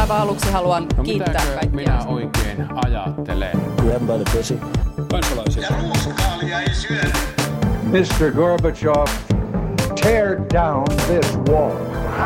aivan aluksi haluan kiittää kaikkia. Minä oikein ajattelen? Grab by the pussy. Kansalaisia. Ja ruuskaalia ei syödä. Mr. Gorbachev, tear down this wall.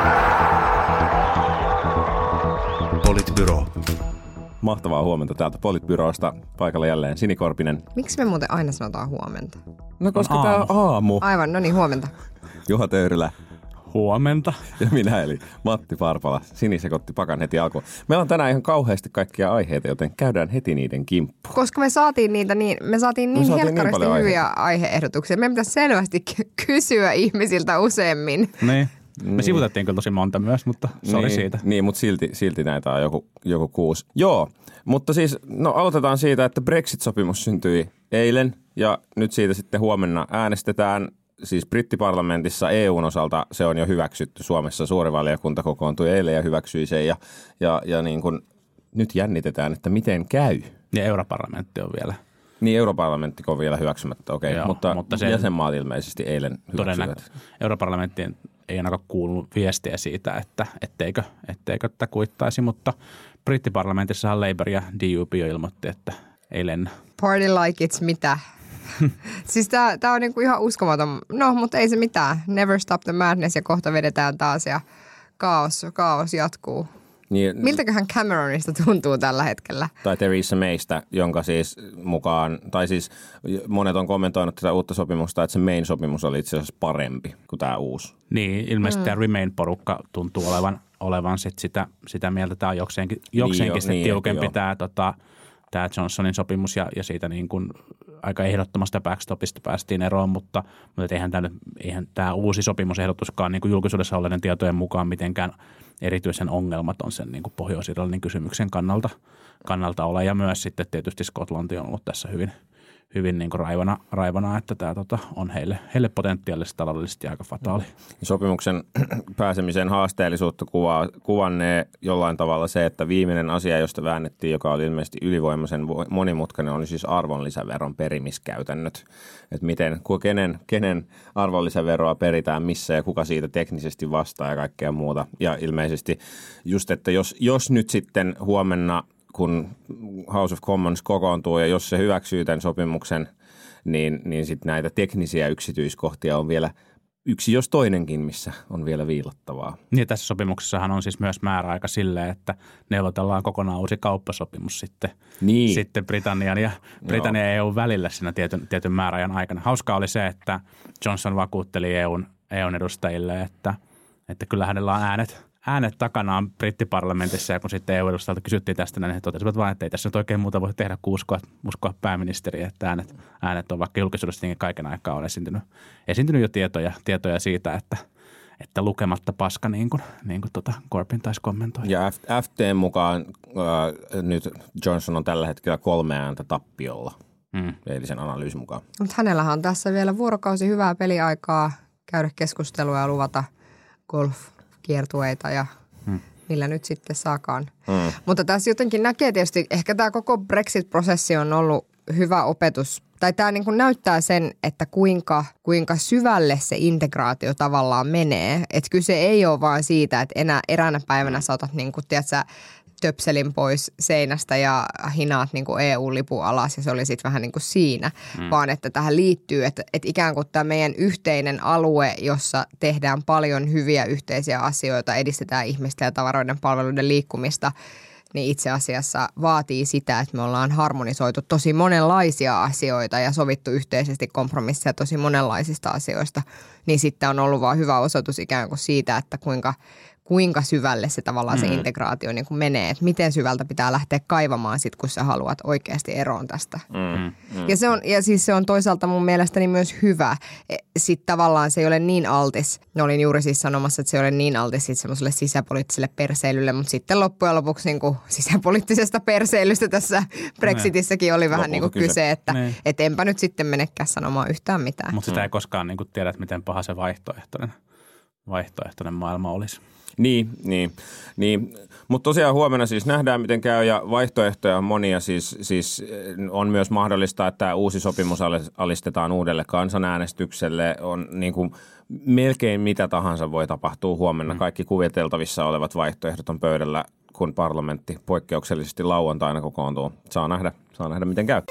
Politbyro. Mahtavaa huomenta täältä Politbyrosta. Paikalla jälleen Sini Korpinen. Miksi me muuten aina sanotaan huomenta? No koska tää on aamu. Aivan, no niin, huomenta. Juha Töyrylä. Huomenta. Ja minä eli Matti Parpala. Sini sekoitti pakan heti alkuun. Meillä on tänään ihan kauheasti kaikkia aiheita, joten käydään heti niiden kimppuun. Koska me saatiin niitä niin helkkaristi niin hyviä aihe-ehdotuksia. Meidän pitäisi selvästi kysyä ihmisiltä useammin. Niin. Me sivutettiin kyllä tosi monta myös, mutta sori siitä. Niin, mutta silti näitä on joku 6. Joo, mutta siis aloitetaan siitä, että Brexit-sopimus syntyi eilen ja nyt siitä sitten huomenna äänestetään. Siis brittiparlamentissa EUn osalta se on jo hyväksytty. Suomessa suuri valiokunta kokoontui eilen ja hyväksyi sen ja niin kuin nyt jännitetään, että miten käy. Ja europarlamentti on vielä. Niin, europarlamentti on vielä hyväksymättä, okei. Joo, mutta jäsenmaat ilmeisesti eilen hyväksyvät. Europarlamenttien ei ainakaan kuulunut viestiä siitä, etteikö tätä kuittaisi, mutta brittiparlamentissahan Labour ja DUP jo ilmoitti, että ei lennä. Party like it's mitä? Siis tää on niinku ihan uskomaton. No, mutta ei se mitään. Never stop the madness ja kohta vedetään taas ja kaos jatkuu. Niin, miltäköhän Cameronista tuntuu tällä hetkellä? Tai Theresa Maystä, jonka siis mukaan, tai siis monet on kommentoinut tätä uutta sopimusta, että se Main-sopimus oli itse asiassa parempi kuin tämä uusi. Niin, ilmeisesti tämä Remain-porukka tuntuu olevan sitä mieltä, että tämä on jokseenkin tiukempi tämä Johnsonin sopimus ja siitä niin kuin aika ehdottomasta backstopista päästiin eroon, mutta eihän tämä uusi sopimusehdotuskaan niin kuin julkisuudessa olleiden tietojen mukaan mitenkään erityisen ongelmaton sen niin kuin Pohjois-Irlannin kysymyksen kannalta ole. Ja myös sitten tietysti Skotlanti on ollut tässä hyvin niin kuin raivana, että tämä on heille potentiaalisesti taloudellisesti aika fataali. Sopimuksen pääsemisen haasteellisuutta kuvannee jollain tavalla se, että viimeinen asia, josta väännettiin, joka oli ilmeisesti ylivoimaisen monimutkainen, oli siis arvonlisäveron perimiskäytännöt. Että kenen arvonlisäveroa peritään missä ja kuka siitä teknisesti vastaa ja kaikkea muuta. Ja ilmeisesti just, että jos nyt sitten huomenna kun House of Commons kokoontuu ja jos se hyväksyy tämän sopimuksen, niin sitten näitä teknisiä yksityiskohtia on vielä yksi jos toinenkin, missä on vielä viilattavaa. Niin, tässä sopimuksessahan on siis myös määräaika silleen, että neuvotellaan kokonaan uusi kauppasopimus sitten Britannian ja EUn välillä siinä tietyn määräajan aikana. Hauskaa oli se, että Johnson vakuutteli EUn edustajille, että kyllä hänellä on äänet takanaan brittiparlamentissa ja kun sitten EU-edustajilta kysyttiin tästä, niin he totesivat vain, että ei tässä nyt oikein muuta voi tehdä kuin uskoa pääministeriä, että äänet on vaikka julkisuudessa kaiken aikaa on esiintynyt jo tietoja siitä, että lukematta paska niin kuin Corbyn taisi kommentoida. Ja FT:n mukaan nyt Johnson on tällä hetkellä 3 ääntä tappiolla eilisen analyysin mukaan. Mutta hänellähän on tässä vielä vuorokausi hyvää peliaikaa käydä keskustelua ja luvata golf-kiertueita ja millä nyt sitten saakaan. Mutta tässä jotenkin näkee tietysti, ehkä tämä koko Brexit-prosessi on ollut hyvä opetus. Tai tämä niin kuin näyttää sen, että kuinka syvälle se integraatio tavallaan menee. Että kyse ei ole vaan siitä, että eräänä päivänä sä otat niin kuin, tiedätkö, töpselin pois seinästä ja hinaat niin kuin EU-lipun alas ja se oli sitten vähän niin kuin siinä. Vaan että tähän liittyy, että ikään kuin tämä meidän yhteinen alue, jossa tehdään paljon hyviä yhteisiä asioita, edistetään ihmisten ja tavaroiden palveluiden liikkumista, niin itse asiassa vaatii sitä, että me ollaan harmonisoitu tosi monenlaisia asioita ja sovittu yhteisesti kompromisseja tosi monenlaisista asioista. Niin sitten on ollut vaan hyvä osoitus ikään kuin siitä, että kuinka syvälle se tavallaan se integraatio niin kuin menee. Että miten syvältä pitää lähteä kaivamaan sit, kun sä haluat oikeasti eroon tästä. Ja se on toisaalta mun mielestäni myös hyvä. Sitten tavallaan se ei ole niin altis. Olin juuri siis sanomassa, että se ei ole niin altis sitten semmoiselle sisäpoliittiselle perseilylle, mutta sitten loppujen lopuksi niin kuin sisäpoliittisesta perseilystä tässä Brexitissäkin oli vähän niin kuin kyse, että et enpä nyt sitten menekään sanomaan yhtään mitään. Mutta sitä ei koskaan niin kuin tiedä, miten paha se vaihtoehtoinen maailma olisi. Niin. Mutta tosiaan huomenna siis nähdään, miten käy ja vaihtoehtoja on monia. Siis on myös mahdollista, että tämä uusi sopimus alistetaan uudelle kansanäänestykselle. On niin kuin melkein mitä tahansa voi tapahtua huomenna. Kaikki kuviteltavissa olevat vaihtoehdot on pöydällä kun parlamentti poikkeuksellisesti lauantaina kokoontuu. Saa nähdä miten käy.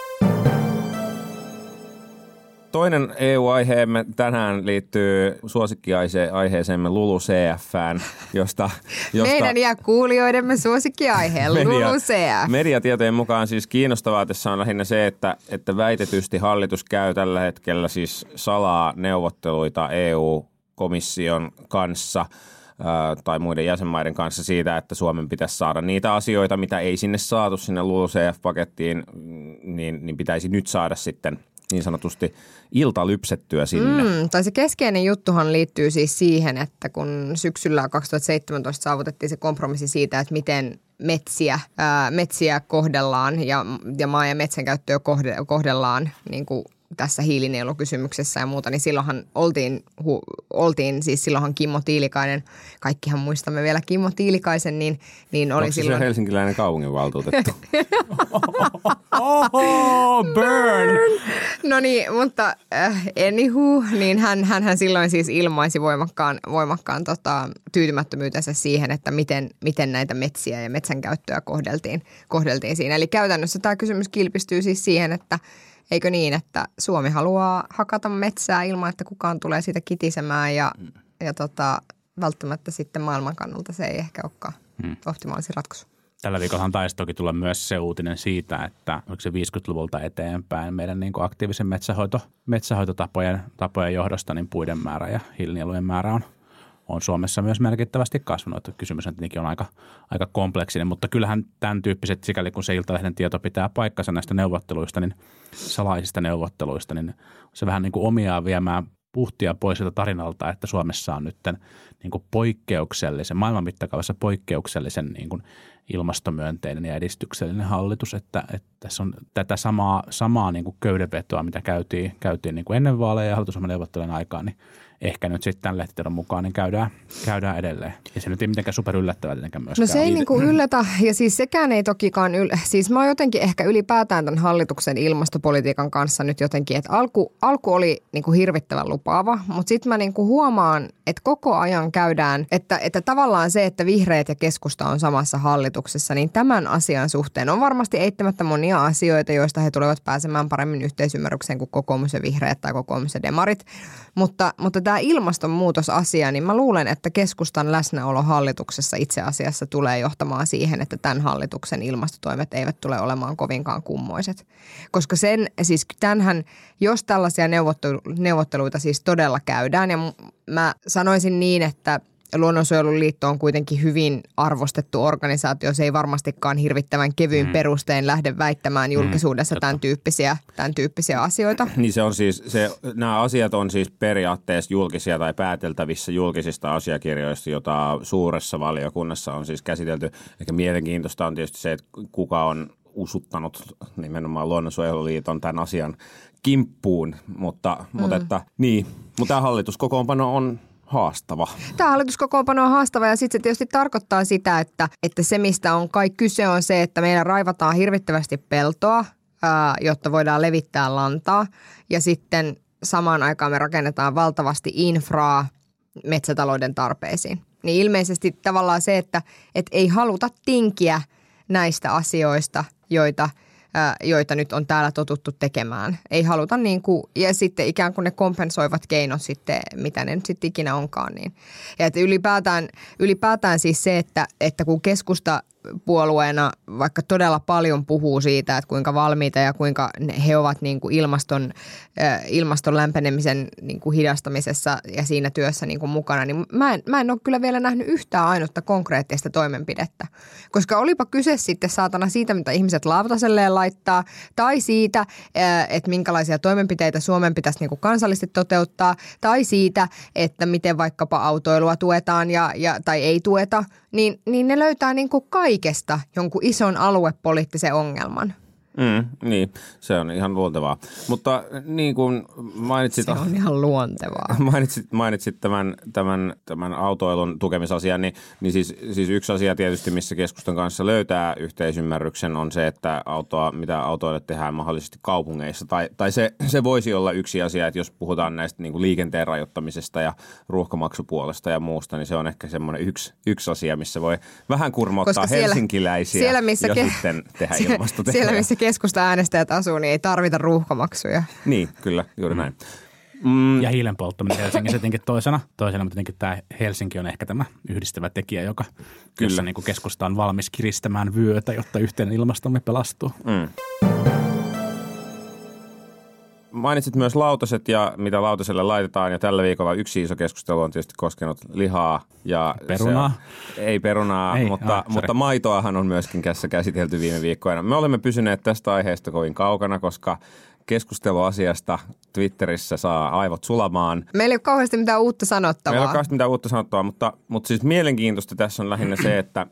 Toinen EU-aiheemme tänään liittyy suosikkiaiheeseemme LULUCF:ään, josta meidän ja kuulijoidemme suosikkiaihe LULUCF. Mediatietojen mukaan siis kiinnostavaa tässä on lähinnä se, että väitetysti hallitus käy tällä hetkellä siis salaa neuvotteluita EU-komission kanssa tai muiden jäsenmaiden kanssa siitä, että Suomen pitäisi saada niitä asioita, mitä ei sinne saatu sinne LULUCF-pakettiin, niin pitäisi nyt saada sitten niin sanotusti iltalypsettyä sinne. Tai se keskeinen juttuhan liittyy siis siihen, että kun syksyllä 2017 saavutettiin se kompromissi siitä, että miten metsiä kohdellaan ja maa- ja metsänkäyttöä kohdellaan niin kuin tässä hiilinielukysymyksessä ja muuta, niin silloinhan silloinhan Kimmo Tiilikainen, kaikkihan muistamme vielä Kimmo Tiilikaisen, niin oli onko silloin... se helsinkiläinen kaupunginvaltuutettu? Burn! No niin, mutta anywho, niin hän silloin siis ilmaisi voimakkaan tyytymättömyytensä siihen, että miten näitä metsiä ja metsänkäyttöä kohdeltiin siinä. Eli käytännössä tämä kysymys kilpistyy siis siihen, että eikö niin, että Suomi haluaa hakata metsää ilman, että kukaan tulee siitä kitisemään ja välttämättä sitten maailman kannalta se ei ehkä olekaan optimaalisin ratkaisu. Tällä viikollahan taisi toki tulla myös se uutinen siitä, että oliko se 50-luvulta eteenpäin meidän niin kuin aktiivisen metsähoitotapojen johdosta niin puiden määrä ja hiilinielujen määrä on Suomessa myös merkittävästi kasvanut. Kysymys on tietenkin aika kompleksinen, mutta kyllähän tämän tyyppiset, sikäli kun se Iltalehden tieto pitää paikkansa näistä neuvotteluista, niin salaisista neuvotteluista, niin se vähän niin kuin omiaan viemään puhtia pois siltä tarinalta, että Suomessa on nyt niin kuin poikkeuksellisen, maailman mittakaavassa poikkeuksellisen niin kuin ilmastomyönteinen ja edistyksellinen hallitus, että tässä on tätä samaa niin kuin köydenvetoa, mitä käytiin niin kuin ennen vaaleja ja hallitusohjelmaneuvottelujen aikaan, niin ehkä nyt sitten tämän lehtitiedon mukaan niin käydään edelleen. Ja se nyt ei mitenkään super yllättävää tietenkään myöskään. No se ei niin kuin yllätä ja siis sekään ei tokikaan siis mä oon jotenkin ehkä ylipäätään tämän hallituksen ilmastopolitiikan kanssa nyt jotenkin, että alku oli niin kuin hirvittävän lupaava, mutta sitten mä niin kuin huomaan, että koko ajan käydään, että tavallaan se, että vihreät ja keskusta on samassa hallituksessa, niin tämän asian suhteen on varmasti eittämättä monia asioita, joista he tulevat pääsemään paremmin yhteisymmärrykseen kuin kokoomus ja vihreät tai kokoomus ja demarit, mutta tämä ilmastonmuutosasia, niin mä luulen, että keskustan läsnäolo hallituksessa itse asiassa tulee johtamaan siihen, että tämän hallituksen ilmastotoimet eivät tule olemaan kovinkaan kummoiset. Koska jos tällaisia neuvotteluita siis todella käydään, ja mä sanoisin niin, että Luonnonsuojeluliitto on kuitenkin hyvin arvostettu organisaatio. Se ei varmastikaan hirvittävän kevyin perustein lähde väittämään julkisuudessa tämän tyyppisiä asioita. Niin se on siis, nämä asiat on siis periaatteessa julkisia tai pääteltävissä julkisista asiakirjoista, jota suuressa valiokunnassa on siis käsitelty. Ehkä mielenkiintoista on tietysti se, että kuka on usuttanut nimenomaan Luonnonsuojeluliiton tämän asian kimppuun, mutta tämä hallituskokoonpano on haastava. Tämä hallituskokoonpano on haastava ja sitten se tietysti tarkoittaa sitä, että se mistä on kai kyse on se, että meillä raivataan hirvittävästi peltoa, jotta voidaan levittää lantaa ja sitten samaan aikaan me rakennetaan valtavasti infraa metsätalouden tarpeisiin. Niin ilmeisesti tavallaan se, että ei haluta tinkiä näistä asioista, joita nyt on täällä totuttu tekemään. Ei haluta ja sitten ikään kuin ne kompensoivat keinot sitten, mitä ne nyt sitten ikinä onkaan. Niin. Ja että ylipäätään siis se, että kun keskustapuolueena vaikka todella paljon puhuu siitä, että kuinka valmiita ja kuinka he ovat niin kuin ilmaston lämpenemisen niin kuin hidastamisessa ja siinä työssä niin kuin mukana, niin mä en ole kyllä vielä nähnyt yhtään ainutta konkreettista toimenpidettä. Koska olipa kyse sitten saatana siitä, mitä ihmiset laavutaselleen laittaa, tai siitä, että minkälaisia toimenpiteitä Suomen pitäisi niin kuin kansallisesti toteuttaa, tai siitä, että miten vaikkapa autoilua tuetaan tai ei tueta, niin ne löytää niin kuin kaikesta jonkun ison aluepoliittisen ongelman. Niin, se on ihan luontevaa. Mutta niin kuin mainitsit... Se on ihan luontevaa. Mainitsit tämän autoilun tukemisasian, niin siis yksi asia tietysti, missä keskustan kanssa löytää yhteisymmärryksen on se, että mitä autoille tehdään mahdollisesti kaupungeissa. Tai se voisi olla yksi asia, että jos puhutaan näistä niin kuin liikenteen rajoittamisesta ja ruuhkamaksupuolesta ja muusta, niin se on ehkä semmoinen yksi asia, missä voi vähän kurmoittaa helsinkiläisiä ja sitten tehdä ilmastotekoja. Siellä, missä keskusta-äänestäjät asuu, niin ei tarvita ruuhkamaksuja. Niin, kyllä, juuri näin. Ja hiilen polttaminen Helsingissä tietenkin toisena, mutta tietenkin tämä Helsinki on ehkä tämä yhdistävä tekijä, jossa niin kuin keskusta on valmis kiristämään vyötä, jotta yhteinen ilmastomme pelastuu. Mainitsit myös lautaset ja mitä lautaselle laitetaan, ja tällä viikolla yksi iso keskustelu on tietysti koskenut lihaa. Ja perunaa? Ei perunaa, mutta maitoahan on myöskin tässä käsitelty viime viikkoina. Me olemme pysyneet tästä aiheesta kovin kaukana, koska keskustelu asiasta Twitterissä saa aivot sulamaan. Meillä ei ole kauheasti mitään uutta sanottavaa. Mutta siis mielenkiintoista tässä on lähinnä se, että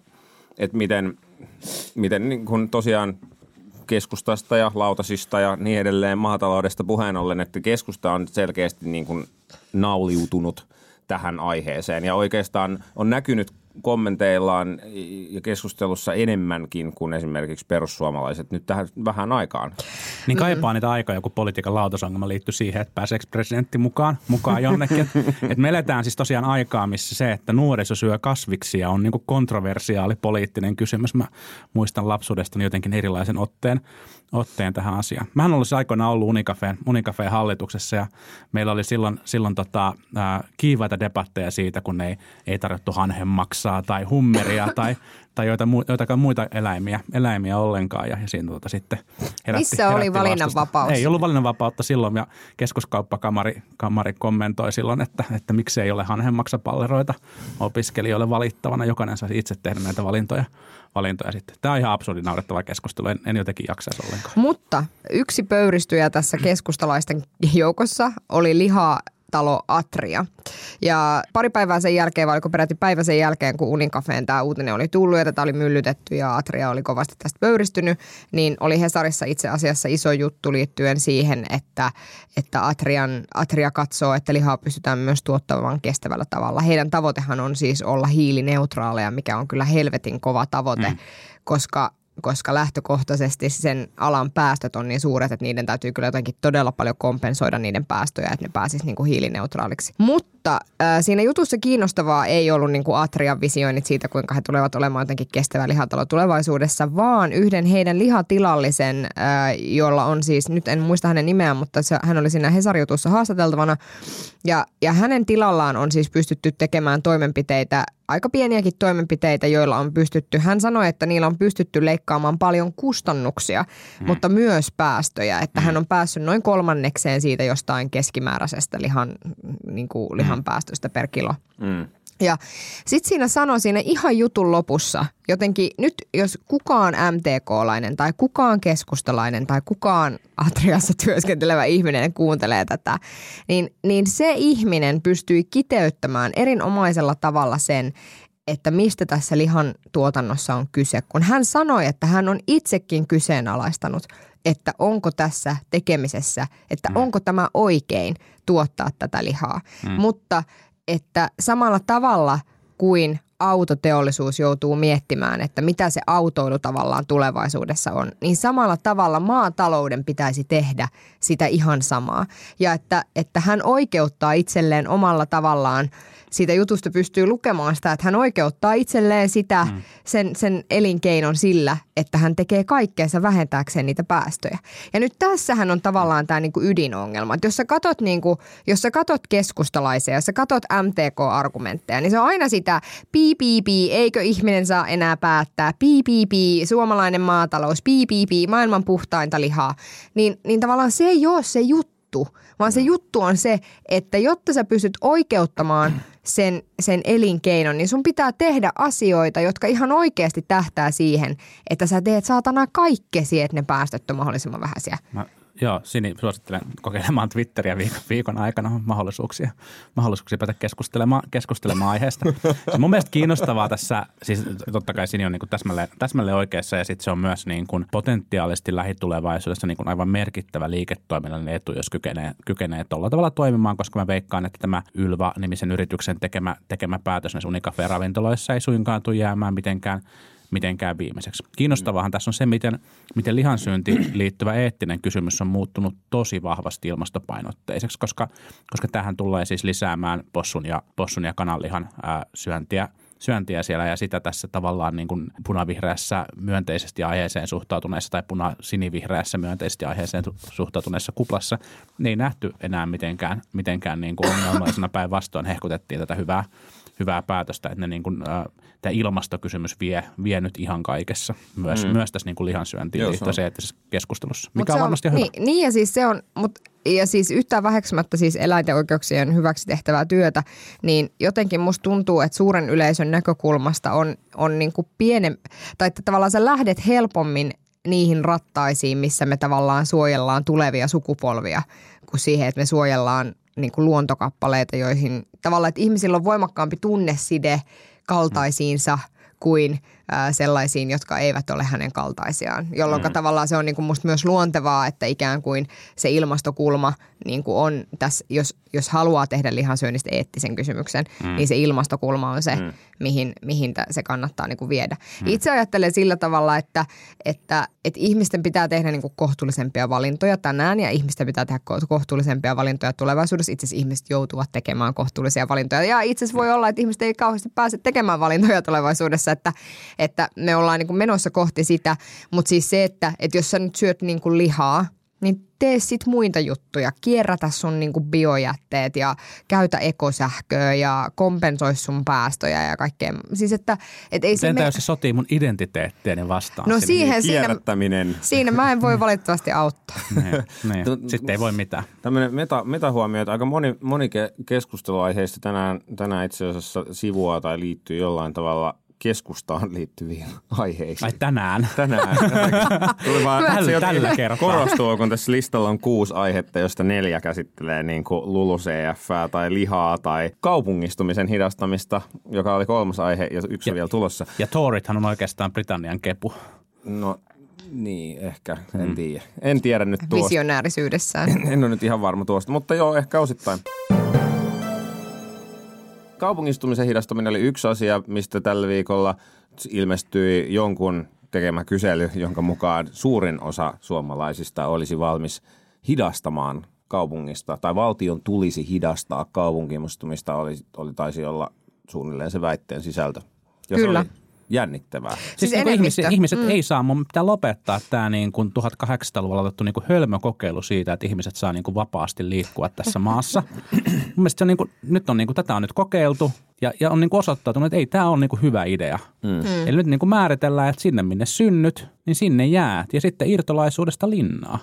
miten niin kun tosiaan keskustasta ja lautasista ja niin edelleen maataloudesta puheen ollen, että keskusta on selkeästi niin kuin nauliutunut tähän aiheeseen ja oikeastaan on näkynyt kommenteillaan ja keskustelussa enemmänkin kuin esimerkiksi perussuomalaiset nyt tähän vähän aikaan. Niin kaipaa niitä aikaa, kun politiikan lautasongelma liittyy siihen, että pääseekö presidentti mukaan jonnekin. Et me eletään siis tosiaan aikaa, missä se, että nuoriso syö kasviksia on niinku kontroversiaali poliittinen kysymys. Mä muistan lapsuudestani jotenkin erilaisen otteen tähän asiaan. Mähän ollut aikoinaan ollut Unicafeen hallituksessa ja meillä oli silloin kiivaita debatteja siitä, kun ei tarjottu hanhenmaksaa tai hummeria tai joitakaan muita eläimiä ollenkaan. Ja siinä sitten missä oli valinnanvapaus? Ei ollut valinnanvapautta silloin ja keskuskauppakamari kommentoi silloin, että miksi ei ole hanhenmaksapalleroita opiskelijoille valittavana. Jokainen saisi itse tehdä näitä valintoja sitten. Tämä on ihan absurdi naurettava keskustelu. En jotenkin jaksaisi ollenkaan. Mutta yksi pöyristyjä tässä keskustalaisten joukossa oli lihatalo Atria. Ja pari päivää sen jälkeen, vai oliko peräti päivä sen jälkeen, kun Unicafeen tämä uutinen oli tullut ja tätä oli myllytetty ja Atria oli kovasti tästä pöyristynyt, niin oli Hesarissa itse asiassa iso juttu liittyen siihen, että Atria katsoo, että lihaa pystytään myös tuottamaan kestävällä tavalla. Heidän tavoitehan on siis olla hiilineutraaleja, mikä on kyllä helvetin kova tavoite, koska lähtökohtaisesti sen alan päästöt on niin suuret, että niiden täytyy kyllä jotenkin todella paljon kompensoida niiden päästöjä, että ne pääsisi niin kuin hiilineutraaliksi. Mutta siinä jutussa kiinnostavaa ei ollut niin kuin Atrian visioinnit siitä, kuinka he tulevat olemaan jotenkin kestävä lihatalo tulevaisuudessa, vaan yhden heidän lihatilallisen, jolla on siis, nyt en muista hänen nimeään, mutta hän oli siinä Hesari-jutussa haastateltavana, ja hänen tilallaan on siis pystytty tekemään toimenpiteitä, aika pieniäkin toimenpiteitä, joilla on pystytty, hän sanoi, että niillä on pystytty leikkaamaan paljon kustannuksia, mutta myös päästöjä, että hän on päässyt noin 1/3 siitä jostain keskimääräisestä lihan päästöstä per kilo. Ja sitten siinä ihan jutun lopussa, jotenkin nyt jos kukaan MTK-lainen tai kukaan keskustalainen tai kukaan Atriassa työskentelevä ihminen kuuntelee tätä, niin se ihminen pystyi kiteyttämään erinomaisella tavalla sen, että mistä tässä lihan tuotannossa on kyse. Kun hän sanoi, että hän on itsekin kyseenalaistanut, että onko tässä tekemisessä, että onko tämä oikein tuottaa tätä lihaa, mutta että samalla tavalla kuin autoteollisuus joutuu miettimään, että mitä se autoilu tavallaan tulevaisuudessa on, niin samalla tavalla maatalouden pitäisi tehdä sitä ihan samaa. Ja että hän oikeuttaa itselleen omalla tavallaan, siitä jutusta pystyy lukemaan sitä, että hän oikeuttaa itselleen sitä, sen elinkeinon sillä, että hän tekee kaikkeensa vähentääkseen niitä päästöjä. Ja nyt tässähän on tavallaan tämä niinku ydinongelma. Että jos sä katot keskustalaisia, jos sä katot MTK-argumentteja, niin se on aina sitä eikö ihminen saa enää päättää, suomalainen maatalous, maailman puhtainta lihaa. Niin tavallaan se ei ole se juttu, vaan se juttu on se, että jotta sä pystyt oikeuttamaan sen elinkeinon, niin sun pitää tehdä asioita, jotka ihan oikeasti tähtää siihen, että sä teet saatana kaikkesi, että ne päästöt on mahdollisimman vähäisiä. Joo, Sini, suosittelen kokeilemaan Twitteriä viikon aikana mahdollisuuksia päätä keskustelemaan aiheesta. Se mun mielestä kiinnostavaa tässä, siis totta kai Sini on niin kuin täsmälleen oikeassa ja sitten se on myös niin kuin potentiaalisesti lähitulevaisuudessa niin kuin aivan merkittävä liiketoiminnallinen etu, jos kykenee tuolla tavalla toimimaan, koska mä veikkaan, että tämä Ylva-nimisen yrityksen tekemä päätös näissä Unicafe-ravintoloissa ei suinkaan tule jäämään mitenkään viimeiseksi. Kiinnostavahan tässä on se, miten lihansyöntiin liittyvä eettinen kysymys on muuttunut tosi vahvasti ilmastopainotteiseksi, koska tämähän tulee siis lisäämään possun ja kananlihan syöntiä siellä ja sitä tässä tavallaan niin kuin punavihreässä myönteisesti aiheeseen suhtautuneessa tai punasinivihreässä myönteisesti aiheeseen suhtautuneessa kuplassa ne ei nähty enää mitenkään niin kuin ongelmallisena, päinvastoin hehkutettiin tätä hyvää päätöstä, että ne niin kuin, tämä ilmastokysymys vie nyt ihan kaikessa, myös tässä niin kuin lihansyöntiin liittyvässä eettisessä keskustelussa, mikä on varmasti hyvä. Niin ja siis se on, ja siis yhtään väheksymättä siis eläinten oikeuksien hyväksi tehtävää työtä, niin jotenkin musta tuntuu, että suuren yleisön näkökulmasta on niin kuin tai että tavallaan sä lähdet helpommin niihin rattaisiin, missä me tavallaan suojellaan tulevia sukupolvia, kuin siihen, että me suojellaan niin kuin luontokappaleita, joihin tavallaan, että ihmisillä on voimakkaampi tunneside kaltaisiinsa kuin sellaisiin, jotka eivät ole hänen kaltaisiaan, jolloin tavallaan se on niin kuin musta myös luontevaa, että ikään kuin se ilmastokulma niin kuin on tässä, jos haluaa tehdä lihansyönnistä eettisen kysymyksen, niin se ilmastokulma on se, mihin se kannattaa niin kuin viedä. Itse ajattelen sillä tavalla, että ihmisten pitää tehdä niin kuin kohtuullisempia valintoja tänään ja ihmisten pitää tehdä kohtuullisempia valintoja tulevaisuudessa. Itse asiassa ihmiset joutuvat tekemään kohtuullisia valintoja ja itse asiassa voi olla, että ihmiset ei kauheasti pääse tekemään valintoja tulevaisuudessa, että me ollaan niin kuin menossa kohti sitä, mutta siis se, että jos sä nyt syöt niin kuin lihaa, niin tee sit muita juttuja. Kierrätä sun niin kuin biojätteet ja käytä ekosähköä ja kompensoi sun päästöjä ja kaikkea. Siis että ei se jos se sotii mun identiteettiäni vastaan? No kierrättäminen. Siinä mä en voi valitettavasti auttaa. niin. Sitten ei voi mitään. Tämmöinen metahuomio, että aika moni keskusteluaiheista tänään itse asiassa sivuaa tai liittyy jollain tavalla keskustaan liittyviin aiheisiin. Ai tänään? Tänään. Tuli vaan tällä kertaa. Korostuu, kun tässä listalla on 6 aihetta, josta 4 käsittelee niin kuin LULUCF:ää tai lihaa tai kaupungistumisen hidastamista, joka oli 3. aihe ja 1 on vielä tulossa. Ja Torithan on oikeastaan Britannian kepu. No niin, ehkä. En tiedä nyt tuosta. Visionäärisyydessään. En ole nyt ihan varma tuosta, mutta joo, ehkä osittain. Kaupungistumisen hidastaminen oli yksi asia, mistä tällä viikolla ilmestyi jonkun tekemä kysely, jonka mukaan suurin osa suomalaisista olisi valmis hidastamaan kaupungista, tai valtion tulisi hidastaa kaupungistumista, taisi olla suunnilleen se väitteen sisältö. Ja kyllä. Se oli jännittävää. Siis niin ihmiset ei saa, mun pitää lopettaa tämä niin kuin 1800-luvulla otettu niin kuin hölmökokeilu siitä, että ihmiset saa niin kuin vapaasti liikkua tässä maassa. Mun mielestä se on niin kuin, tätä on nyt kokeiltu ja on niin kuin osoittautunut, että ei tämä ole niin kuin hyvä idea. Eli nyt niin kuin määritellään, että sinne minne synnyt, niin sinne jäät ja sitten irtolaisuudesta linnaa.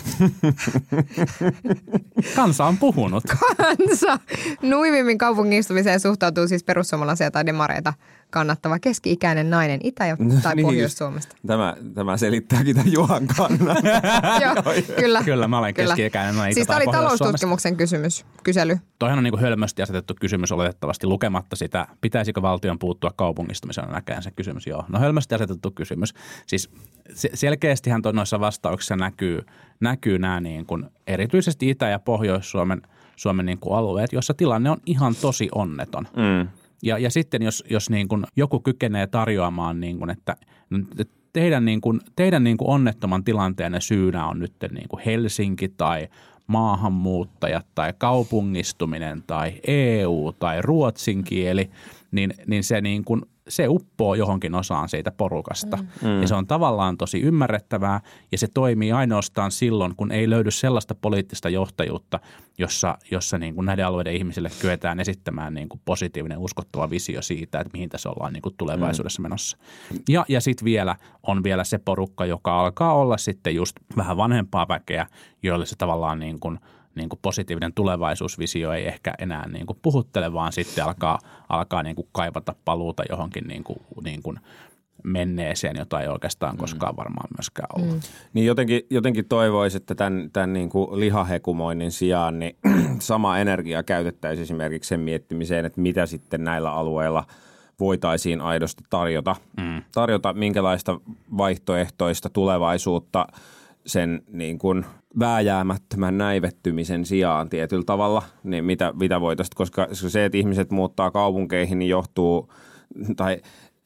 Kansa on puhunut. Kansa. Nuivimmin kaupungistumiseen suhtautuu siis perussuomalaisia tai demareita kannattava keski-ikäinen nainen Itä- tai Pohjois-Suomesta. Tämä selittääkin tämän Juhan kannan. Joo, kyllä, mä olen keski-ikäinen nainen siis Itä- tai Pohjois-Suomesta. Siis tämä oli taloustutkimuksen kysely. Toihan on niin kuin hölmösti asetettu kysymys oletettavasti lukematta sitä, pitäisikö valtion puuttua kaupungistumiseen, näkään se kysymys, joo. No hölmösti asetettu kysymys. Siis selkeästihän noissa vastauksissa näkyy nämä niin kuin erityisesti Itä- ja Pohjois-Suomen niin kuin alueet, jossa tilanne on ihan tosi onneton. Ja sitten jos niin kuin joku kykenee tarjoamaan, niin kuin, että teidän niin kuin onnettoman tilanteenne syynä on nyt niin kuin Helsinki tai maahanmuuttajat tai kaupungistuminen tai EU tai ruotsin kieli, niin se niin kuin se uppoo johonkin osaan siitä porukasta. Ja se on tavallaan tosi ymmärrettävää ja se toimii ainoastaan silloin, kun ei löydy sellaista poliittista johtajuutta, jossa niin kuin näiden alueiden ihmisille kyetään esittämään niin kuin positiivinen uskottava visio siitä, että mihin tässä ollaan niin kuin tulevaisuudessa menossa. Ja sitten on vielä se porukka, joka alkaa olla sitten just vähän vanhempaa väkeä, joille se tavallaan niin kuin positiivinen tulevaisuusvisio ei ehkä enää niin kuin puhuttele, vaan sitten alkaa niin kuin kaivata paluuta johonkin niin kuin menneeseen, jota ei oikeastaan koskaan varmaan myöskään ollut. Niin jotenkin toivoisi, että tämän niin kuin lihahekumoinnin sijaan niin sama energia käytettäisiin esimerkiksi sen miettimiseen, että mitä sitten näillä alueilla voitaisiin aidosti tarjota minkälaista vaihtoehtoista tulevaisuutta sen niin kuin vääjäämättömän näivettymisen sijaan tietyllä tavalla, niin mitä voitaisiin, koska se, että ihmiset muuttaa kaupunkeihin, niin johtuu, tai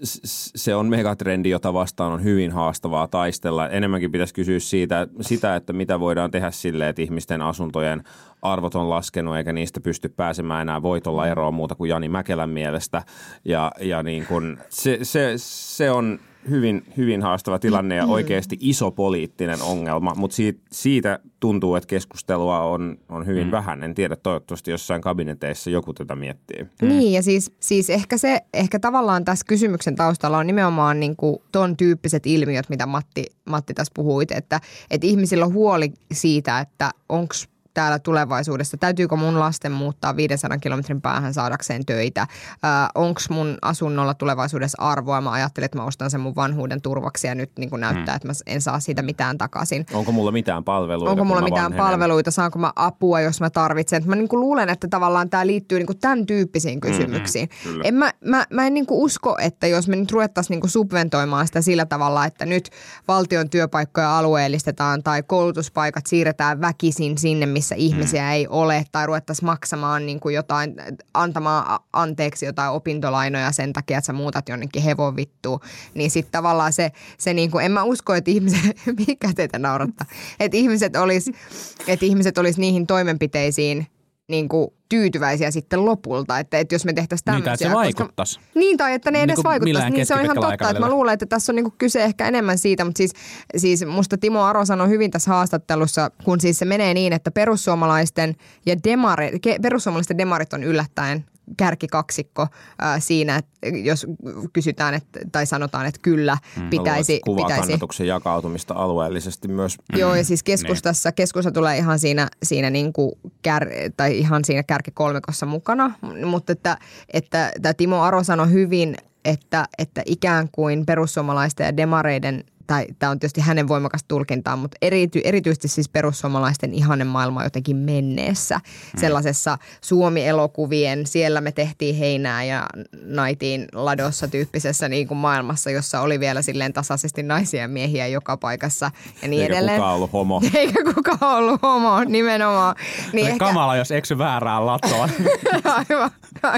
se on megatrendi, jota vastaan on hyvin haastavaa taistella. Enemmänkin pitäisi kysyä sitä, että mitä voidaan tehdä sille, että ihmisten asuntojen arvot on laskenut eikä niistä pysty pääsemään enää voitolla eroon muuta kuin Jani Mäkelän mielestä. Ja niin kuin se on hyvin, hyvin haastava tilanne ja oikeasti iso poliittinen ongelma, mutta siitä tuntuu, että keskustelua on hyvin vähän. En tiedä, toivottavasti jossain kabineteissa joku tätä miettii. Niin ja siis ehkä tavallaan tässä kysymyksen taustalla on nimenomaan niin kuin ton tyyppiset ilmiöt, mitä Matti tässä puhuit, että ihmisillä on huoli siitä, että onko täällä tulevaisuudessa, täytyykö mun lasten muuttaa 500 kilometrin päähän saadakseen töitä, onko mun asunnolla tulevaisuudessa arvoa, mä ajattelin, että mä ostan sen mun vanhuuden turvaksi ja nyt niin kuin näyttää, että mä en saa siitä mitään takaisin. Onko mulla mitään palveluita? Saanko mä apua, jos mä tarvitsen? Mä niin kuin luulen, että tavallaan tämä liittyy niin kuin tämän tyyppisiin kysymyksiin. Mä en niin kuin usko, että jos me nyt ruvettaisiin niin kuin subventoimaan sitä sillä tavalla, että nyt valtion työpaikkoja alueellistetaan tai koulutuspaikat siirretään väkisin sinne, missä ihmisiä ei ole, tai ruvettaisiin maksamaan niin kuin jotain, antamaan anteeksi jotain opintolainoja sen takia, että sä muutat jonnekin hevonvittuun, niin sitten tavallaan se niin kuin, en mä usko, että ihmiset, mikä teitä naurattaa, että ihmiset olis niihin toimenpiteisiin niin kuin tyytyväisiä sitten lopulta, että jos me tehtäisiin tämmöisiä. Mitä, että se vaikuttaisi? Niin, tai että ne edes vaikuttaisi, niin se on ihan totta, että mä luulen, että tässä on niin kuin kyse ehkä enemmän siitä, mutta siis musta Timo Aro sanoi hyvin tässä haastattelussa, kun siis se menee niin, että perussuomalaisten demarit on yllättäen kärkikaksikko siinä, että jos kysytään tai sanotaan, että kyllä pitäisi. Kuvaa kannatuksen jakautumista alueellisesti myös. Joo, ja siis keskusta tulee ihan siinä niin kuin tai ihan siinä kärkikolmikossa mukana, mutta että Timo Aro sanoi hyvin, että ikään kuin perussuomalaisten ja demareiden, tai tämä on tietysti hänen voimakas tulkintaan, mutta erityisesti siis perussuomalaisten ihannemaailma jotenkin menneessä. Sellaisessa Suomi-elokuvien, siellä me tehtiin heinää ja naitiin ladossa tyyppisessä niin kuin maailmassa, jossa oli vielä silleen tasaisesti naisia ja miehiä joka paikassa ja niin edelleen. Eikä kukaan ollut homo. Eikä kukaan ollut homo, nimenomaan. Niin ehkä kamala, jos eksy väärään latoon. Aivan.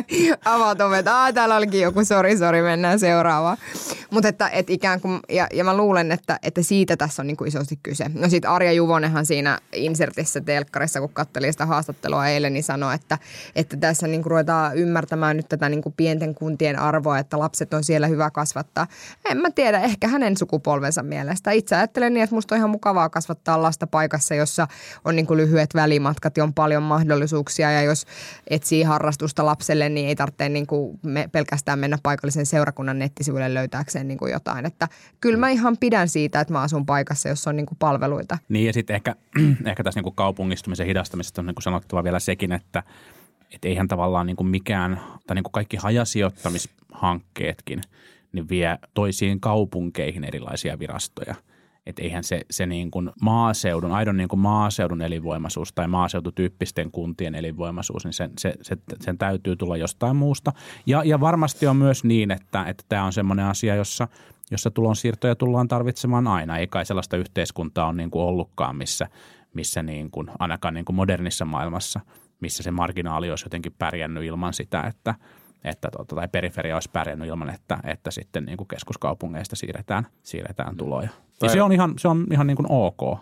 Avaat ovet. Täällä olikin joku, sori, mennään seuraavaan. Mutta että ikään kuin, ja mä luulen, että siitä tässä on niin kuin isosti kyse. No sit Arja Juvonenhan siinä insertissä telkkarissa, kun katseli sitä haastattelua eilen, niin sanoi, että tässä niin kuin ruvetaan ymmärtämään nyt tätä niin kuin pienten kuntien arvoa, että lapset on siellä hyvä kasvattaa. En mä tiedä, ehkä hänen sukupolvensa mielestä. Itse ajattelen niin, että musta on ihan mukavaa kasvattaa lasta paikassa, jossa on niin kuin lyhyet välimatkat ja on paljon mahdollisuuksia. Ja jos etsii harrastusta lapselle, niin ei tarvitse niin kuin pelkästään mennä paikallisen seurakunnan nettisivuille löytääkseen niin kuin jotain. Että kyllä mä ihan pidän siitä, että mä asun paikassa, jossa on niin kuin palveluita. Niin ja sitten ehkä tässä niin kuin kaupungistumisen hidastamisesta on niin kuin sanottava vielä sekin, että eihän tavallaan niin kuin mikään, tai niin kuin kaikki hajasijoittamishankkeetkin, niin vie toisiin kaupunkeihin erilaisia virastoja. Että eihän se niin kuin maaseudun, aidon niin kuin maaseudun elinvoimaisuus tai maaseututyyppisten kuntien elinvoimaisuus, niin sen täytyy tulla jostain muusta. Ja varmasti on myös niin, että tämä on semmoinen asia, jossa tulonsiirtoja tullaan tarvitsemaan aina. Ei kai sellaista yhteiskuntaa ole niin kuin ollutkaan, missä niin kuin, ainakaan niin kuin modernissa maailmassa, missä se marginaali olisi jotenkin pärjännyt ilman sitä, tai periferia olisi pärjännyt ilman, että sitten niin kuin keskuskaupungeista siirretään tuloja. Ja se on ihan niin kuin ok.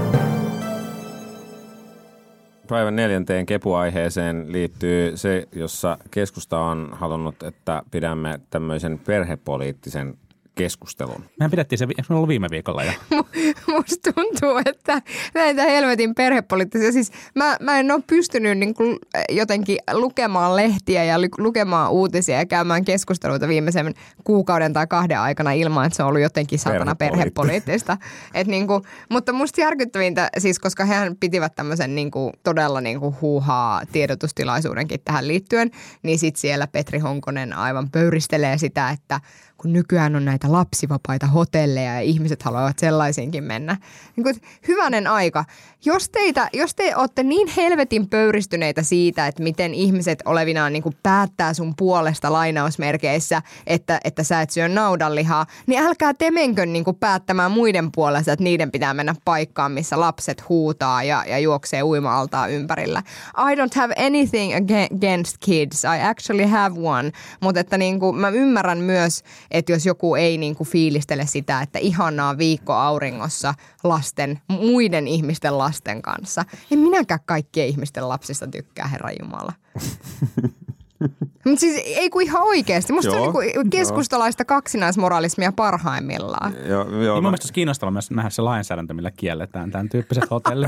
Päivän 4. kepuaiheeseen liittyy se, jossa keskusta on halunnut, että pidämme tämmöisen perhepoliittisen keskustelun. Mehän pidettiin se, eikö me ollut viime viikolla jo? Musta tuntuu, että näitä helvetin perhepoliittisia, siis mä en ole pystynyt niin kuin jotenkin lukemaan lehtiä ja lukemaan uutisia ja käymään keskusteluita viimeisen kuukauden tai 2 aikana ilman, että se on ollut jotenkin satana perhepoliittista. Niin kuin, mutta musta järkyttävintä, siis koska hehän pitivät tämmöisen niin kuin, todella niin kuin huuhaa tiedotustilaisuudenkin tähän liittyen, niin sitten siellä Petri Honkonen aivan pöyristelee sitä, että kun nykyään on näitä näitä lapsivapaita hotelleja ja ihmiset haluavat sellaisiinkin mennä. Niin kuin, hyvänen aika. Jos te olette niin helvetin pöyristyneitä siitä, että miten ihmiset olevinaan niin kuin päättää sun puolesta lainausmerkeissä, että sä et syö naudanlihaa, niin älkää te menkö niin kuin päättämään muiden puolesta, että niiden pitää mennä paikkaan, missä lapset huutaa ja juoksee uima-altaa ympärillä. I don't have anything against kids. I actually have one. Mutta että niin kuin, mä ymmärrän myös, että jos joku ei niin kuin fiilistele sitä, että ihanaa viikko auringossa muiden ihmisten lasten kanssa. En minäkään kaikkien ihmisten lapsista tykkää, Herranjumala. Mutta siis ei kun ihan oikeasti. Musta se on niin keskustalaista kaksinaismoralismia parhaimmillaan. Joo. Mun mielestä olisi kiinnostavaa myös nähdä se lainsäädäntö, millä kielletään tämän tyyppiset hotellit.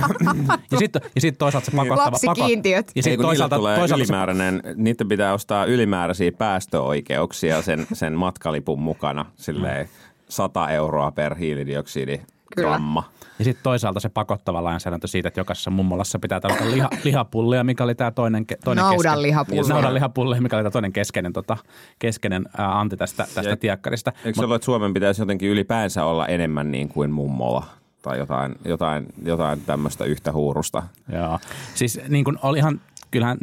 ja sitten toisaalta se pakottava... Lapsikiintiöt. Ja sitten toisaalta ylimääräinen, niitä pitää ostaa ylimääräisiä päästöoikeuksia sen matkalipun mukana. Silleen 100 € per hiilidioksidigramma. Ja sitten toisaalta se pakottava lainsäädäntö siitä, että jokaisessa mummolassa pitää tarvita lihapullia, mikä oli tämä toinen naudanlihapullia, mikä oli tämä toinen keskeinen anti tästä tiekkarista. Eikö se ole, että Suomen pitäisi jotenkin ylipäänsä olla enemmän niin kuin mummola? Tai jotain tämmöistä yhtä huurusta? Joo. Siis niin kuin olihan... Kyllähän,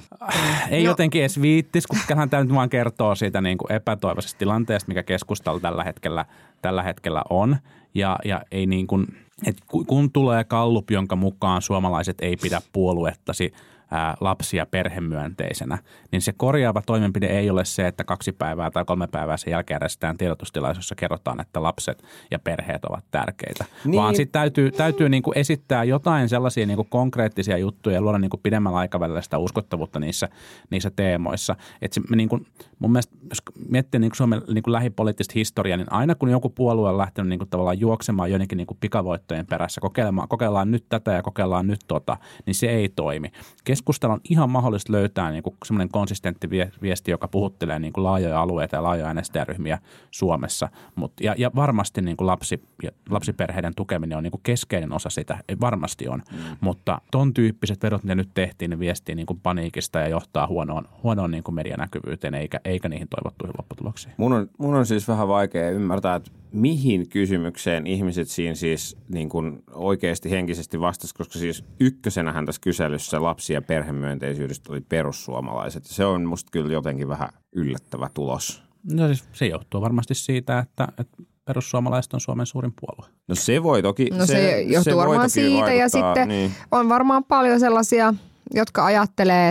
ei jotenkin edes viittis, kun kyllähän tämä nyt vaan kertoo siitä niin kuin epätoivoisesta tilanteesta, mikä keskustalla tällä hetkellä on. Ja ei niin kuin, että kun tulee gallup, jonka mukaan suomalaiset ei pidä puoluettasi lapsi- ja perhemyönteisenä, niin se korjaava toimenpide ei ole se, että 2 päivää tai 3 päivää sen jälkeen järjestetään tiedotustilaisuudessa kerrotaan, että lapset ja perheet ovat tärkeitä. Niin. Vaan sitten täytyy niin kuin esittää jotain sellaisia niin kuin konkreettisia juttuja ja luoda niin kuin pidemmällä aikavälillä sitä uskottavuutta niissä teemoissa. Että niin kuin, mun mielestä, jos miettii niin kuin Suomen niin kuin lähipoliittista historiaa, niin aina kun joku puolue on lähtenyt niin kuin tavallaan juoksemaan joidenkin niin kuin pikavoittojen perässä, kokeillaan nyt tätä ja kokeillaan nyt niin se ei toimi. Keskustalla on ihan mahdollista löytää niin kuin semmoinen konsistentti viesti, joka puhuttelee niin kuin laajoja alueita ja laajoja äänestäjäryhmiä Suomessa. Ja varmasti niin kuin lapsiperheiden tukeminen on niin kuin keskeinen osa sitä, varmasti on. Mutta ton tyyppiset vedot, mitä nyt tehtiin, ne viestii niin kuin paniikista ja johtaa huonoon niin kuin medianäkyvyyteen eikä niihin toivottuihin lopputuloksiin. Mun on siis vähän vaikea ymmärtää, että mihin kysymykseen ihmiset siinä siis niin kuin oikeasti henkisesti vastasi, koska siis ykkösenähän tässä kyselyssä lapsi- ja perhemyönteisyydestä oli perussuomalaiset. Se on musta kyllä jotenkin vähän yllättävä tulos. No siis se johtuu varmasti siitä, että perussuomalaiset on Suomen suurin puolue. No se voi toki. No se johtuu varmaan siitä ja sitten on varmaan paljon sellaisia, jotka ajattelee,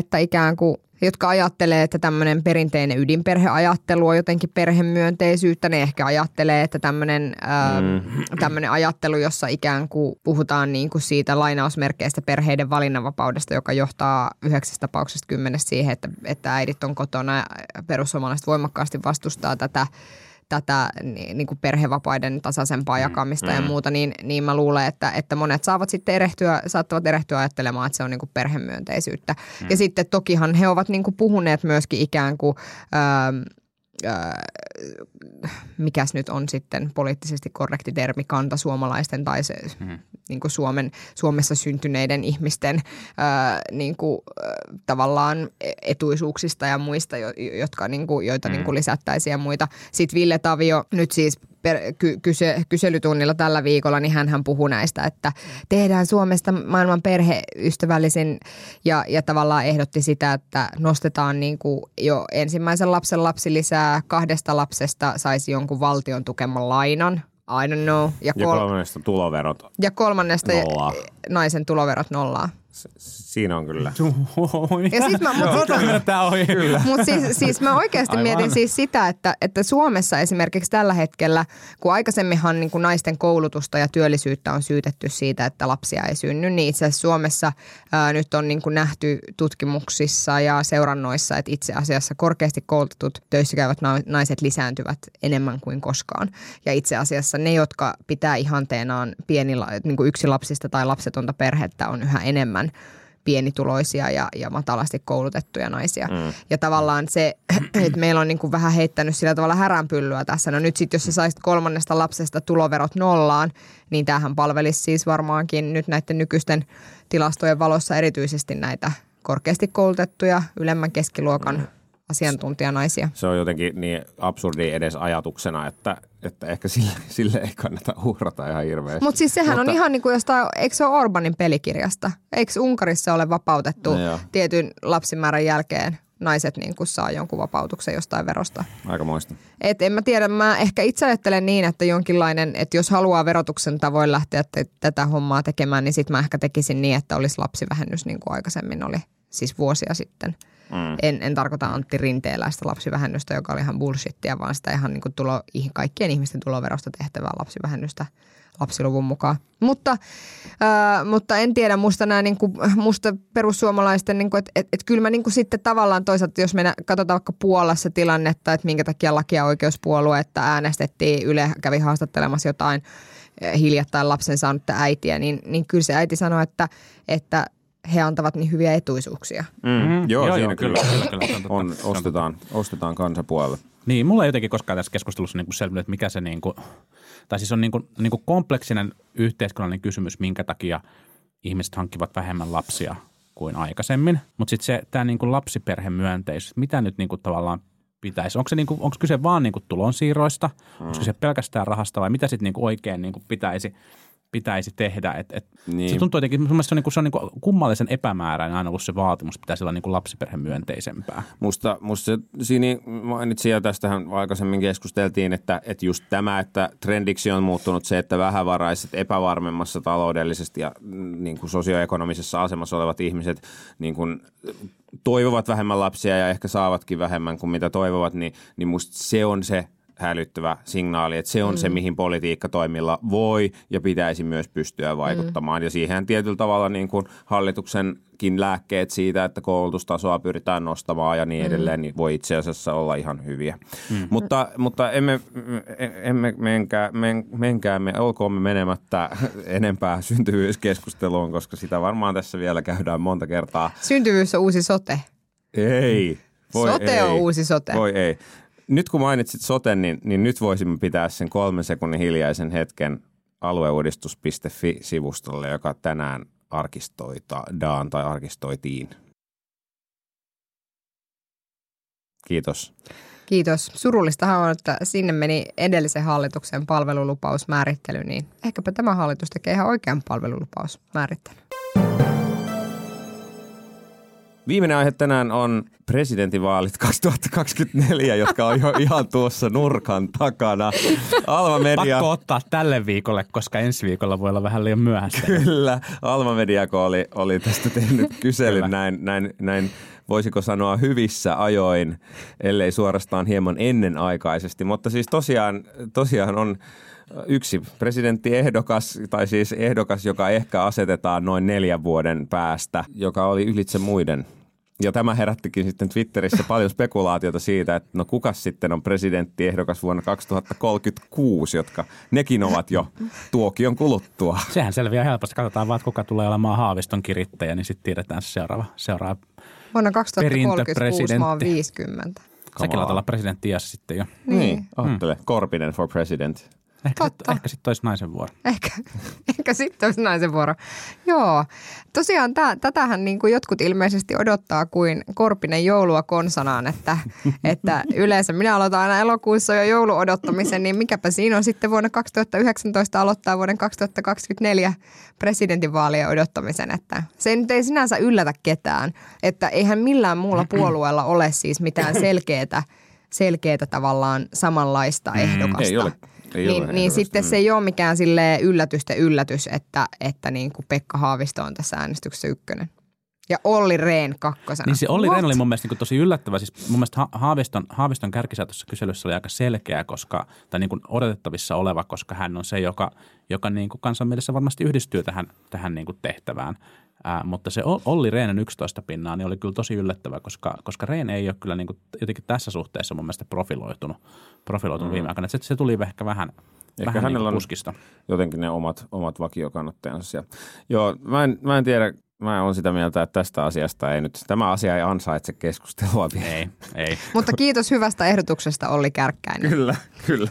että tämmöinen perinteinen ydinperheajattelu on jotenkin perhemyönteisyyttä. Ne ehkä ajattelee, että tämmöinen ajattelu, jossa ikään kuin puhutaan niin kuin siitä lainausmerkeistä perheiden valinnanvapaudesta, joka johtaa 9 tapauksesta 10 siihen, että äidit on kotona. Perussuomalaiset voimakkaasti vastustaa tätä niin kuin perhevapaiden tasaisempaa jakamista ja muuta, niin mä luulen, että monet saattavat erehtyä ajattelemaan, että se on niin kuin perhemyönteisyyttä. Ja sitten tokihan he ovat niin kuin puhuneet myöskin ikään kuin mikäs nyt on sitten poliittisesti korrekti termi, kantasuomalaisten tai se niin kuin Suomessa syntyneiden ihmisten niin kuin, tavallaan etuisuuksista ja muista, joita niin kuin lisättäisiin ja muita. Sitten Ville Tavio nyt siis kyselytunnilla tällä viikolla, niin hän puhuu näistä, että tehdään Suomesta maailman perheystävällisin ja tavallaan ehdotti sitä, että nostetaan niin kuin jo ensimmäisen lapsen lapsilisää, 2 lapsesta saisi jonkun valtion tukeman lainan. I don't know. Ja 3. tuloverot. Ja 3. naisen tuloverot 0. Siinä on kyllä. Ja siis mä oikeasti mietin siis sitä, että Suomessa esimerkiksi tällä hetkellä, kun aikaisemminhan niin kuin naisten koulutusta ja työllisyyttä on syytetty siitä, että lapsia ei synny, niin itse asiassa Suomessa nyt on niin kuin nähty tutkimuksissa ja seurannoissa, että itse asiassa korkeasti koulutetut töissä käyvät naiset lisääntyvät enemmän kuin koskaan. Ja itse asiassa ne, jotka pitää ihanteenaan niin kuin yksilapsista tai lapsetonta perhettä, on yhä enemmän pienituloisia ja matalasti koulutettuja naisia. Ja tavallaan se, että meillä on niin kuin vähän heittänyt sillä tavalla häränpyllyä tässä. No nyt sitten, jos sä saisit 3. lapsesta tuloverot 0, niin tämähän palvelisi siis varmaankin nyt näiden nykyisten tilastojen valossa erityisesti näitä korkeasti koulutettuja ylemmän keskiluokan asiantuntijanaisia. Se on jotenkin niin absurdi edes ajatuksena, että ehkä sille ei kannata uhrata ihan hirveästi. Mutta siis sehän on ihan niin kuin jostain, eikö se ole Orbanin pelikirjasta? Eikö Unkarissa ole vapautettu tietyn lapsimäärän jälkeen naiset niin kuin saa jonkun vapautuksen jostain verosta? Aikamoista. En mä tiedä, mä ehkä itse ajattelen niin, että jonkinlainen, että jos haluaa verotuksen tavoin lähteä tätä hommaa tekemään, niin sitten mä ehkä tekisin niin, että olisi lapsivähennys niin kuin aikaisemmin oli, siis vuosia sitten. En tarkoita Antti Rinteeläistä lapsivähennystä, joka oli ihan bullshittia, vaan sitä ihan niin kuin kaikkien ihmisten tuloverosta tehtävää lapsivähennystä lapsiluvun mukaan. Mutta en tiedä, musta perussuomalaisten, niin että kyllä mä niin kuin sitten tavallaan toisaalta, jos me katsotaan vaikka Puolassa tilannetta, että minkä takia Laki- ja oikeuspuolue, että äänestettiin, Yle kävi haastattelemassa jotain hiljattain lapsen saanutta äitiä, niin kyllä se äiti sanoi, että he antavat niin hyviä etuisuuksia. Joo, siinä kyllä. Ostetaan kansapuolelle. Niin, mulla ei jotenkin koskaan tässä keskustelussa niin selvinnyt, että mikä se tai siis on niin kuin kompleksinen yhteiskunnallinen kysymys, minkä takia ihmiset hankkivat vähemmän lapsia kuin aikaisemmin. Mutta sitten tämä niin kuin lapsiperhemyönteisyys, mitä nyt niin kuin tavallaan pitäisi? Onko kyse vaan niin kuin tulonsiirroista? Onko kyse pelkästään rahasta vai mitä sitten niin kuin oikein niin kuin pitäisi tehdä. Niin. Se tuntuu jotenkin, se on niin kuin kummallisen epämääräinen aina ollut se vaatimus, pitäisi olla niin kuin lapsiperhemyönteisempää. Musta siinä mainitsin ja tästähän aikaisemmin keskusteltiin, että just tämä, että trendiksi on muuttunut se, että vähävaraiset, epävarmemmassa taloudellisesti ja niin kuin sosioekonomisessa asemassa olevat ihmiset niin kuin toivovat vähemmän lapsia ja ehkä saavatkin vähemmän kuin mitä toivovat, niin musta se on se hälyttävä signaali, että se on se, mihin politiikkatoimilla voi ja pitäisi myös pystyä vaikuttamaan. Ja siihen tietyllä tavalla niin kuin hallituksenkin lääkkeet siitä, että koulutustasoa pyritään nostamaan ja niin edelleen, niin voi itse asiassa olla ihan hyviä. Mutta menkäämme, olkoomme menemättä enempää syntyvyyskeskusteluun, koska sitä varmaan tässä vielä käydään monta kertaa. Syntyvyys on uusi sote. Ei. Sote on uusi sote. Voi ei. Nyt kun mainitsit soten, niin nyt voisimme pitää sen 3 sekunnin hiljaisen hetken alueuudistus.fi-sivustolle, joka tänään arkistoitiin. Kiitos. Kiitos. Surullistahan on, että sinne meni edellisen hallituksen palvelulupausmäärittely, niin ehkäpä tämä hallitus tekee ihan oikean palvelulupausmäärittely. Viimeinen aihe tänään on presidentinvaalit 2024, jotka on jo ihan tuossa nurkan takana. Alma Media. Pakko ottaa tälle viikolle, koska ensi viikolla voi olla vähän liian myöhäistä. Kyllä. Alma Mediako oli tästä tehnyt kyselyn näin, voisiko sanoa hyvissä ajoin, ellei suorastaan hieman ennenaikaisesti. Mutta siis tosiaan on yksi presidenttiehdokas, tai siis ehdokas, joka ehkä asetetaan noin 4 vuoden päästä, joka oli ylitse muiden. Ja tämä herättikin sitten Twitterissä paljon spekulaatiota siitä, että no kukas sitten on presidenttiehdokas vuonna 2036, jotka nekin ovat jo tuokion kuluttua. Sehän selviää helposti. Katsotaan vaan, kuka tulee olemaan Haaviston kirittäjä, niin sitten tiedetään se seuraava vuonna 2036 mä oon 50. Säkin laat olla presidentti-iässä sitten jo. Niin, ajattele. Korpinen for president. Ehkä sitten olisi naisen vuoro. Ehkä sitten olisi naisen vuoro. Joo. Tosiaan tätähän niin kuin jotkut ilmeisesti odottaa kuin Korpinen joulua konsanaan, että yleensä minä aloitan aina elokuussa jo jouluodottamisen, niin mikäpä siinä on sitten vuonna 2019 aloittaa vuoden 2024 presidentinvaalien odottamisen, että se nyt ei sinänsä yllätä ketään, että eihän millään muulla puolueella ole siis mitään selkeätä tavallaan samanlaista ehdokasta. Ei ole. Niin sitten se ei ole mikään silleen yllätys, että niin kuin Pekka Haavisto on tässä äänestyksessä 1. Ja Olli Rehn 2. Niin se Olli Rehn oli mun mielestä niin tosi yllättävä. Siis mun mielestä Haaviston kärkisä tuossa kyselyssä oli aika selkeä, tai niin kuin odotettavissa oleva, koska hän on se, joka niin kuin kansan mielessä varmasti yhdistyy tähän niin kuin tehtävään. Mutta se Olli Rehnin 11 pinnaa niin oli kyllä tosi yllättävä, koska Rehn ei ole kyllä niin kuin jotenkin tässä suhteessa mun mielestä profiloitunut viime aikoina. Se tuli ehkä vähän hänellä niin puskista. Jotenkin ne omat vakiokannattajansa. Joo, mä en tiedä. Mä oon sitä mieltä, että tästä asiasta tämä asia ei ansaitse keskustelua vielä. Ei. Mutta kiitos hyvästä ehdotuksesta, Olli Kärkkäinen. Kyllä.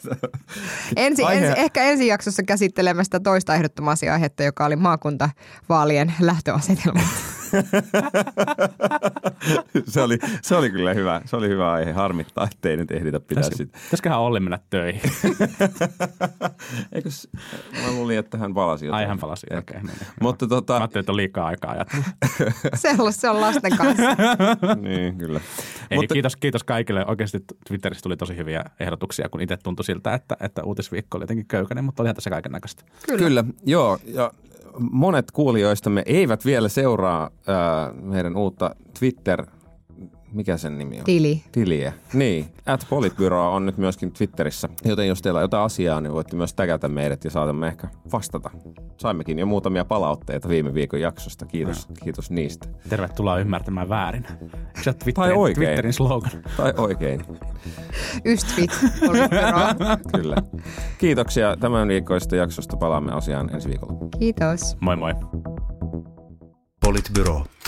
Ehkä ensi jaksossa käsittelemme sitä toista ehdottomaa aihetta, joka oli maakuntavaalien lähtöasetelma. se oli kyllä hyvä. Se oli hyvä aihe. Harmittaa, ettei nyt ehditä pitää sitä. Pitäisiköhän Olli mennä töihin? Eikös, mä luulin, että hän palasi jotain. Ai hän palasi, okei. Okay, mutta mä ajattelin, että on liikaa aikaa ajatella. Se on lasten kanssa. Niin, kyllä. Ei, mutta kiitos kaikille. Oikeasti Twitterissä tuli tosi hyviä ehdotuksia, kun itse tuntui siltä, että uutisviikko oli jotenkin köykäinen, mutta olihan tässä kaiken näköistä. Kyllä, joo. Ja monet kuulijoistamme eivät vielä seuraa meidän uutta Twitter, mikä sen nimi on? Tiliä. Niin, @politbyro on nyt myöskin Twitterissä, joten jos teillä on jotain asiaa, niin voitte myös tägätä meidät ja saatamme ehkä vastata. Saimmekin jo muutamia palautteita viime viikon jaksosta. Kiitos niistä. Tervetuloa ymmärtämään väärin. Se on tai oikein. Twitterin slogan. Tai oikein. Ystävät, politbyro. Kyllä. Kiitoksia tämän viikkoista jaksosta. Palaamme asiaan ensi viikolla. Kiitos. Moi moi. Politbyro.